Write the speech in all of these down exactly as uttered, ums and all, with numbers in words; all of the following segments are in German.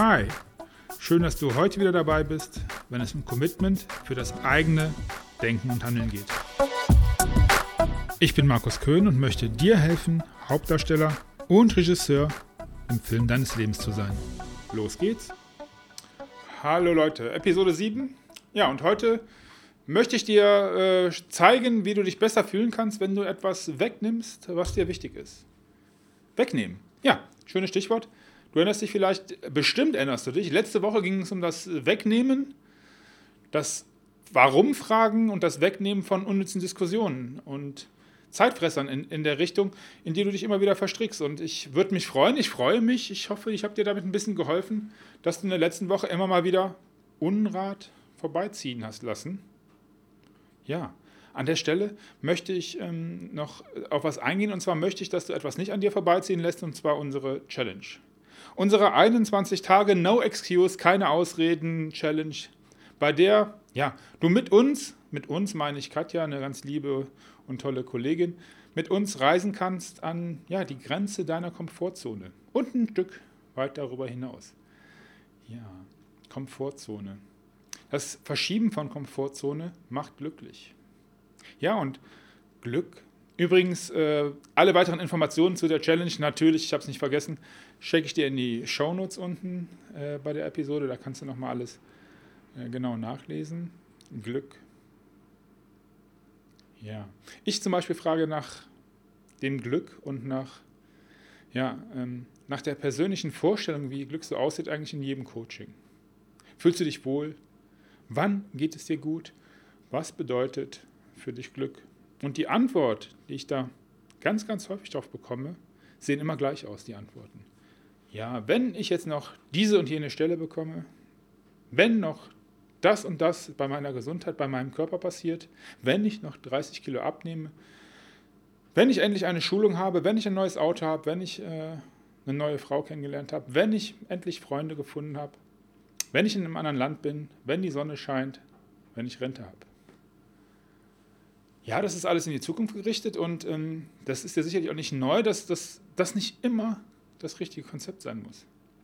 Hi, schön, dass du heute wieder dabei bist, wenn es um Commitment für das eigene Denken und Handeln geht. Ich bin Markus Köhn und möchte dir helfen, Hauptdarsteller und Regisseur im Film deines Lebens zu sein. Los geht's! Hallo Leute, Episode sieben. Ja, und heute möchte ich dir äh, zeigen, wie du dich besser fühlen kannst, wenn du etwas wegnimmst, was dir wichtig ist. Wegnehmen. Ja, schönes Stichwort. Du erinnerst dich vielleicht, bestimmt erinnerst du dich, letzte Woche ging es um das Wegnehmen, das Warum-Fragen und das Wegnehmen von unnützen Diskussionen und Zeitfressern in, in der Richtung, in die du dich immer wieder verstrickst. Und ich würde mich freuen, ich freue mich, ich hoffe, ich habe dir damit ein bisschen geholfen, dass du in der letzten Woche immer mal wieder Unrat vorbeiziehen hast lassen. Ja, an der Stelle möchte ich ähm, noch auf was eingehen, und zwar möchte ich, dass du etwas nicht an dir vorbeiziehen lässt, und zwar unsere Challenge. Unsere einundzwanzig Tage No Excuse, keine Ausreden Challenge, bei der ja, du mit uns, mit uns meine ich Katja, eine ganz liebe und tolle Kollegin, mit uns reisen kannst an ja, die Grenze deiner Komfortzone und ein Stück weit darüber hinaus. Ja, Komfortzone. Das Verschieben von Komfortzone macht glücklich. Ja, und Glück. Übrigens, äh, alle weiteren Informationen zu der Challenge, natürlich, ich habe es nicht vergessen, schicke ich dir in die Shownotes unten äh, bei der Episode. Da kannst du nochmal alles äh, genau nachlesen. Glück. Ja. Ich zum Beispiel frage nach dem Glück und nach, ja, ähm, nach der persönlichen Vorstellung, wie Glück so aussieht, eigentlich in jedem Coaching. Fühlst du dich wohl? Wann geht es dir gut? Was bedeutet für dich Glück? Und die Antwort, die ich da ganz, ganz häufig drauf bekomme, sehen immer gleich aus, die Antworten. Ja, wenn ich jetzt noch diese und jene Stelle bekomme, wenn noch das und das bei meiner Gesundheit, bei meinem Körper passiert, wenn ich noch dreißig Kilo abnehme, wenn ich endlich eine Schulung habe, wenn ich ein neues Auto habe, wenn ich äh, eine neue Frau kennengelernt habe, wenn ich endlich Freunde gefunden habe, wenn ich in einem anderen Land bin, wenn die Sonne scheint, wenn ich Rente habe. Ja, das ist alles in die Zukunft gerichtet, und ähm, das ist ja sicherlich auch nicht neu, dass das dass nicht immer das richtige Konzept sein muss.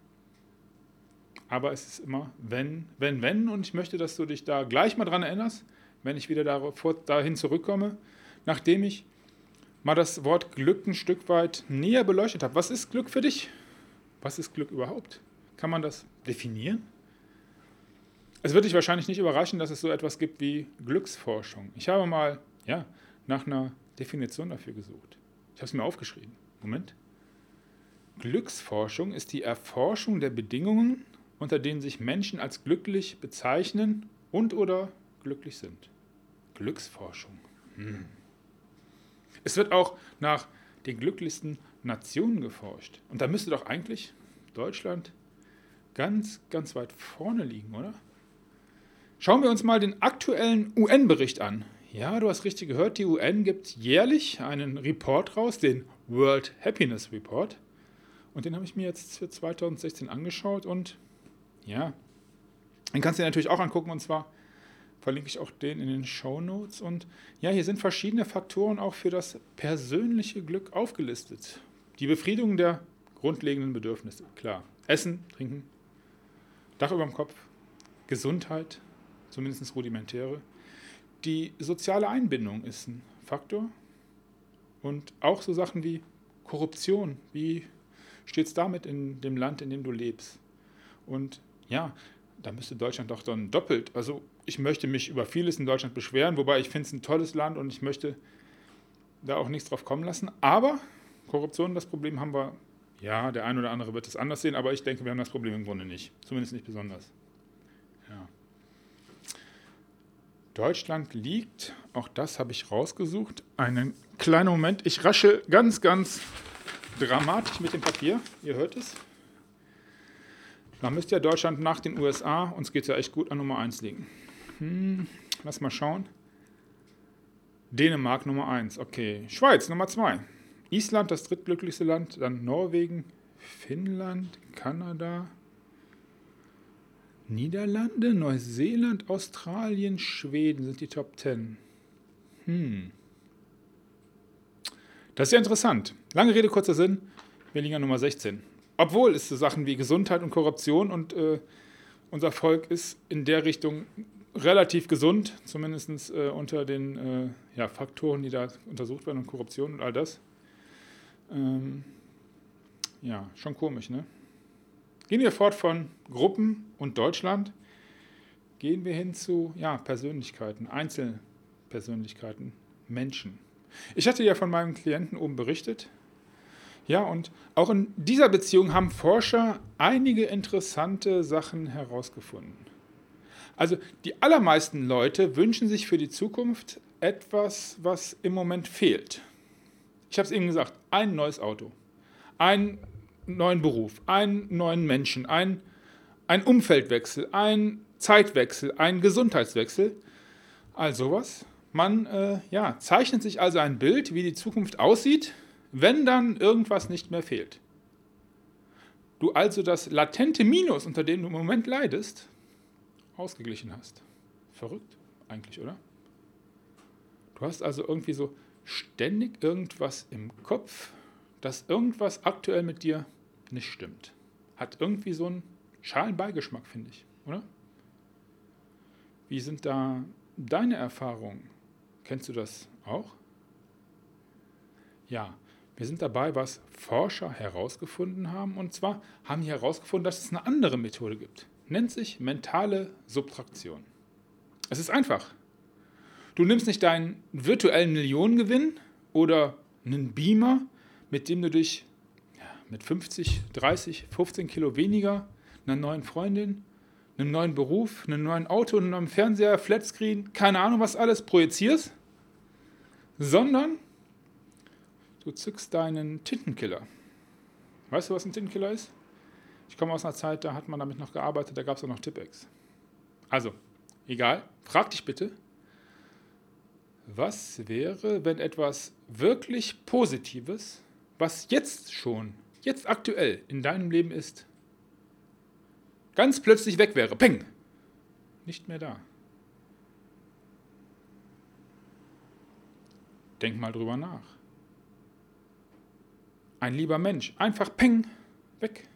Aber es ist immer wenn, wenn, wenn, und ich möchte, dass du dich da gleich mal dran erinnerst, wenn ich wieder davor, dahin zurückkomme, nachdem ich mal das Wort Glück ein Stück weit näher beleuchtet habe. Was ist Glück für dich? Was ist Glück überhaupt? Kann man das definieren? Es wird dich wahrscheinlich nicht überraschen, dass es so etwas gibt wie Glücksforschung. Ich habe mal ja, nach einer Definition dafür gesucht. Ich habe es mir aufgeschrieben. Moment. Glücksforschung ist die Erforschung der Bedingungen, unter denen sich Menschen als glücklich bezeichnen und oder glücklich sind. Glücksforschung. Hm. Es wird auch nach den glücklichsten Nationen geforscht. Und da müsste doch eigentlich Deutschland ganz, ganz weit vorne liegen, oder? Schauen wir uns mal den aktuellen U N-Bericht an. Ja, du hast richtig gehört, die U N gibt jährlich einen Report raus, den World Happiness Report. Und den habe ich mir jetzt für zweitausendsechzehn angeschaut, und ja, den kannst du dir natürlich auch angucken, und zwar verlinke ich auch den in den Shownotes. Und ja, hier sind verschiedene Faktoren auch für das persönliche Glück aufgelistet. Die Befriedigung der grundlegenden Bedürfnisse, klar. Essen, Trinken, Dach über dem Kopf, Gesundheit, zumindest rudimentäre. Die soziale Einbindung ist ein Faktor, und auch so Sachen wie Korruption. Wie steht es damit in dem Land, in dem du lebst? Und ja, da müsste Deutschland doch dann doppelt. Also ich möchte mich über vieles in Deutschland beschweren, wobei ich finde es ein tolles Land und ich möchte da auch nichts drauf kommen lassen. Aber Korruption, das Problem haben wir, ja, der ein oder andere wird es anders sehen, aber ich denke, wir haben das Problem im Grunde nicht. Zumindest nicht besonders. Ja. Deutschland liegt, auch das habe ich rausgesucht, einen kleinen Moment, ich rasche ganz, ganz dramatisch mit dem Papier, ihr hört es. Da müsste ja Deutschland nach den U S A, uns geht es ja echt gut, an Nummer eins liegen. Hm, lass mal schauen. Dänemark Nummer eins, okay. Schweiz Nummer zwei. Island das drittglücklichste Land, dann Norwegen, Finnland, Kanada, Niederlande, Neuseeland, Australien, Schweden sind die Top zehn. Hm. Das ist ja interessant. Lange Rede, kurzer Sinn. Wir liegen an Nummer sechzehn. Obwohl es so Sachen wie Gesundheit und Korruption und äh, unser Volk ist in der Richtung relativ gesund, zumindest äh, unter den äh, ja, Faktoren, die da untersucht werden und Korruption und all das. Ähm, ja, schon komisch, ne? Gehen wir fort von Gruppen und Deutschland, gehen wir hin zu ja, Persönlichkeiten, Einzelpersönlichkeiten, Menschen. Ich hatte ja von meinem Klienten oben berichtet. Ja, und auch in dieser Beziehung haben Forscher einige interessante Sachen herausgefunden. Also die allermeisten Leute wünschen sich für die Zukunft etwas, was im Moment fehlt. Ich habe es eben gesagt, ein neues Auto, einen neuen Beruf, einen neuen Menschen, ein, ein Umfeldwechsel, ein Zeitwechsel, ein Gesundheitswechsel, all sowas. Man äh, ja, zeichnet sich also ein Bild, wie die Zukunft aussieht, wenn dann irgendwas nicht mehr fehlt. Du also das latente Minus, unter dem du im Moment leidest, ausgeglichen hast. Verrückt eigentlich, oder? Du hast also irgendwie so ständig irgendwas im Kopf, dass irgendwas aktuell mit dir nicht stimmt. Hat irgendwie so einen schalen Beigeschmack, finde ich, oder? Wie sind da deine Erfahrungen? Kennst du das auch? Ja, wir sind dabei, was Forscher herausgefunden haben. Und zwar haben die herausgefunden, dass es eine andere Methode gibt. Nennt sich mentale Subtraktion. Es ist einfach. Du nimmst nicht deinen virtuellen Millionengewinn oder einen Beamer, mit dem du dich ja, mit fünfzig, dreißig, fünfzehn Kilo weniger, einer neuen Freundin, einem neuen Beruf, einem neuen Auto, einem neuen Fernseher, Flatscreen, keine Ahnung was alles projizierst, sondern du zückst deinen Tintenkiller. Weißt du, was ein Tintenkiller ist? Ich komme aus einer Zeit, da hat man damit noch gearbeitet, da gab es auch noch Tippex. Also, egal, frag dich bitte, was wäre, wenn etwas wirklich Positives, was jetzt schon, jetzt aktuell in deinem Leben ist, ganz plötzlich weg wäre, peng, nicht mehr da. Denk mal drüber nach. Ein lieber Mensch, einfach peng, weg.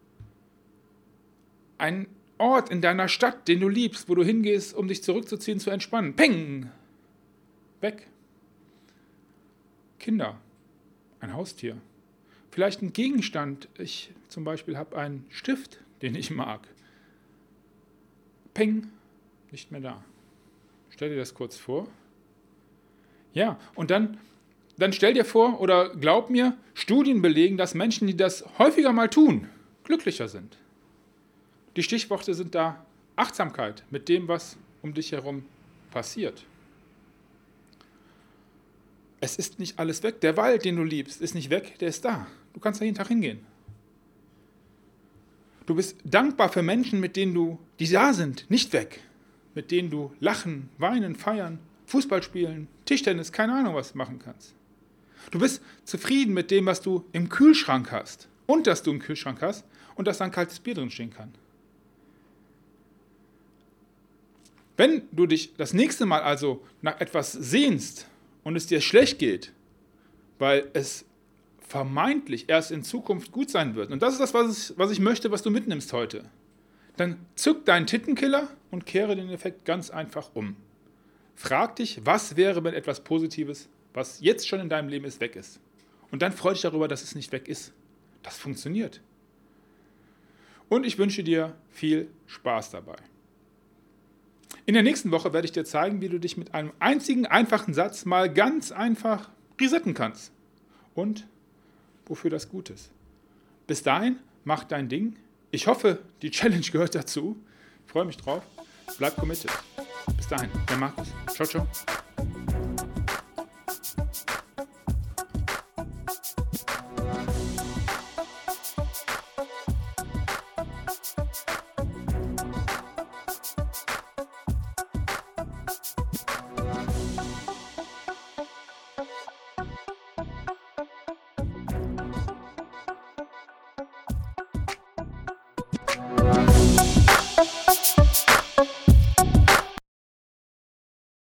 Ein Ort in deiner Stadt, den du liebst, wo du hingehst, um dich zurückzuziehen, zu entspannen, peng, weg. Kinder, ein Haustier, vielleicht ein Gegenstand. Ich zum Beispiel habe einen Stift, den ich mag. Peng, nicht mehr da. Stell dir das kurz vor. Ja, und dann, dann stell dir vor oder glaub mir, Studien belegen, dass Menschen, die das häufiger mal tun, glücklicher sind. Die Stichworte sind da Achtsamkeit mit dem, was um dich herum passiert. Es ist nicht alles weg. Der Wald, den du liebst, ist nicht weg, der ist da. Du kannst da jeden Tag hingehen. Du bist dankbar für Menschen, mit denen du, die da sind, nicht weg. Mit denen du lachen, weinen, feiern, Fußball spielen, Tischtennis, keine Ahnung, was du machen kannst. Du bist zufrieden mit dem, was du im Kühlschrank hast. Und dass du im Kühlschrank hast und dass da ein kaltes Bier drin stehen kann. Wenn du dich das nächste Mal also nach etwas sehnst und es dir schlecht geht, weil es vermeintlich erst in Zukunft gut sein wird, und das ist das, was ich, was ich möchte, was du mitnimmst heute, dann zück deinen Tintenkiller und kehre den Effekt ganz einfach um. Frag dich, was wäre, wenn etwas Positives, was jetzt schon in deinem Leben ist, weg ist. Und dann freu dich darüber, dass es nicht weg ist. Das funktioniert. Und ich wünsche dir viel Spaß dabei. In der nächsten Woche werde ich dir zeigen, wie du dich mit einem einzigen einfachen Satz mal ganz einfach resetten kannst. Und wofür das gut ist. Bis dahin, mach dein Ding. Ich hoffe, die Challenge gehört dazu. Ich freue mich drauf. Bleib committed. Bis dahin, der Markus. Ciao, ciao.